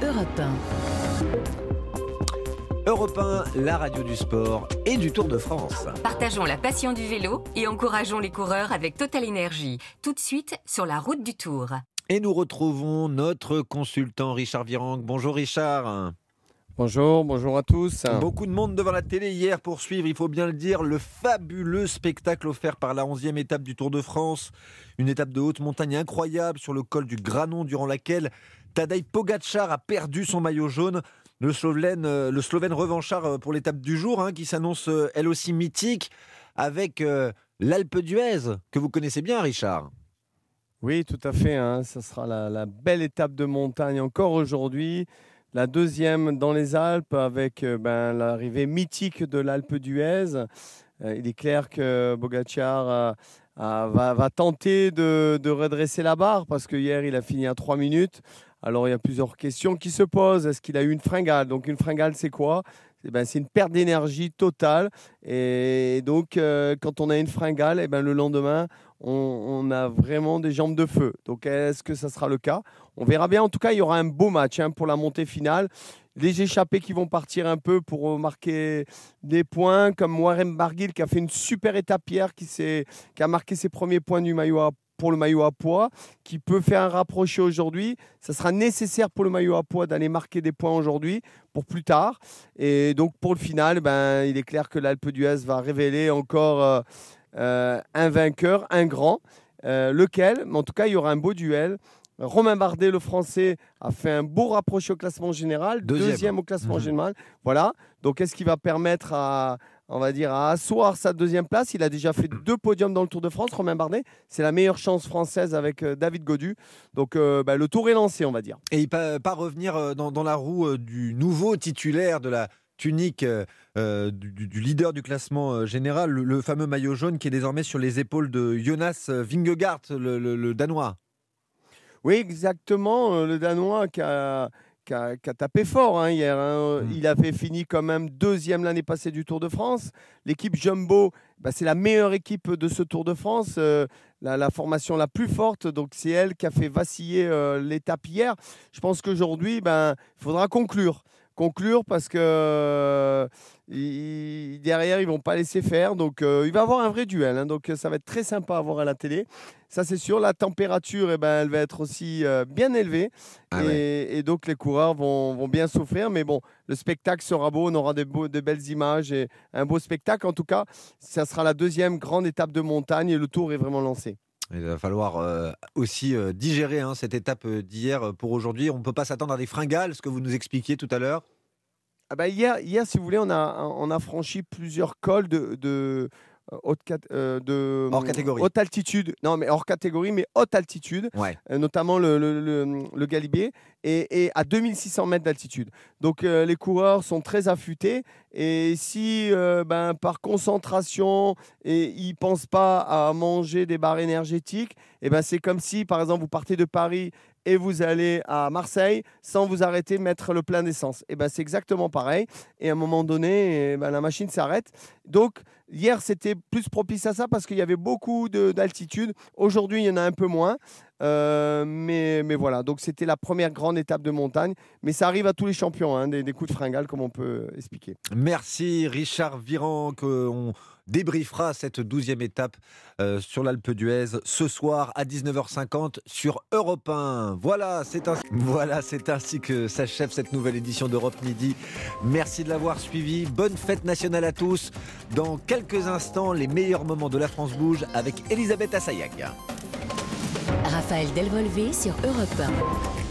Europe 1. Europe 1, la radio du sport et du Tour de France. Partageons la passion du vélo et encourageons les coureurs avec Total Énergie. Tout de suite sur la route du Tour. Et nous retrouvons notre consultant Richard Virenque. Bonjour Richard. Bonjour à tous. Beaucoup de monde devant la télé hier pour suivre, il faut bien le dire, le fabuleux spectacle offert par la 11e étape du Tour de France. Une étape de haute montagne incroyable sur le col du Granon durant laquelle Tadej Pogačar a perdu son maillot jaune. Le Slovène revanchard pour l'étape du jour, qui s'annonce elle aussi mythique, avec l'Alpe d'Huez, que vous connaissez bien Richard. Oui, tout à fait. Ça sera la belle étape de montagne encore aujourd'hui. La deuxième dans les Alpes avec l'arrivée mythique de l'Alpe d'Huez. Il est clair que Pogačar va tenter de redresser la barre parce que hier il a fini à 3 minutes. Alors il y a plusieurs questions qui se posent. Est-ce qu'il a eu une fringale ? Donc une fringale c'est quoi ? C'est une perte d'énergie totale. Et donc quand on a une fringale, le lendemain on a vraiment des jambes de feu. Donc est-ce que ça sera le cas ? On verra bien. En tout cas, il y aura un beau match pour la montée finale. Les échappés qui vont partir un peu pour marquer des points, comme Warren Barguil qui a fait une super étape hier, qui a marqué ses premiers points pour le maillot à pois, qui peut faire un rapproché aujourd'hui. Ça sera nécessaire pour le maillot à pois d'aller marquer des points aujourd'hui pour plus tard. Et donc pour le final, il est clair que l'Alpe d'Huez va révéler encore un vainqueur, un grand. Lequel ? Mais en tout cas, il y aura un beau duel. Romain Bardet, le Français, a fait un beau rapproché au classement général, deuxième au classement général. Voilà. Donc, est-ce qu'il va permettre à asseoir sa deuxième place ? Il a déjà fait 2 podiums dans le Tour de France, Romain Bardet. C'est la meilleure chance française avec David Gaudu. Donc, le tour est lancé, on va dire. Et il ne peut pas revenir dans la roue du nouveau titulaire de la tunique du leader du classement général, le fameux maillot jaune qui est désormais sur les épaules de Jonas Vingegaard, le Danois. Oui, exactement. Le Danois qui a tapé fort hier. Il avait fini quand même 2e l'année passée du Tour de France. L'équipe Jumbo, c'est la meilleure équipe de ce Tour de France. La formation la plus forte, donc c'est elle qui a fait vaciller l'étape hier. Je pense qu'aujourd'hui, il faudra conclure parce que derrière ils vont pas laisser faire, donc il va y avoir un vrai duel, donc ça va être très sympa à voir à la télé, ça c'est sûr. La température elle va être aussi bien élevée et donc les coureurs vont bien souffrir, mais bon, le spectacle sera beau, on aura de belles images et un beau spectacle. En tout cas, ça sera la 2e grande étape de montagne et le tour est vraiment lancé. Il va falloir aussi digérer cette étape d'hier pour aujourd'hui. On ne peut pas s'attendre à des fringales, ce que vous nous expliquiez tout à l'heure. Hier, si vous voulez, on a franchi plusieurs cols de hors catégorie. Haute altitude. Non, mais hors catégorie, mais haute altitude. Ouais. Notamment le Galibier et à 2600 mètres d'altitude. Donc les coureurs sont très affûtés et si par concentration ils ne pensent pas à manger des barres énergétiques, c'est comme si par exemple vous partez de Paris et vous allez à Marseille sans vous arrêter de mettre le plein d'essence. C'est exactement pareil. Et à un moment donné, la machine s'arrête. Donc, hier, c'était plus propice à ça parce qu'il y avait beaucoup d'altitude. Aujourd'hui, il y en a un peu moins. Mais voilà, donc c'était la première grande étape de montagne. Mais ça arrive à tous les champions, des coups de fringale, comme on peut expliquer. Merci Richard Virenque. On débriefera cette 12e étape sur l'Alpe d'Huez ce soir à 19h50 sur Europe 1. Voilà, c'est ainsi que s'achève cette nouvelle édition d'Europe Midi. Merci de l'avoir suivi. Bonne fête nationale à tous. Dans quelques instants, les meilleurs moments de La France Bouge avec Elisabeth Assayag. Raphaël Delvolvé sur Europe 1.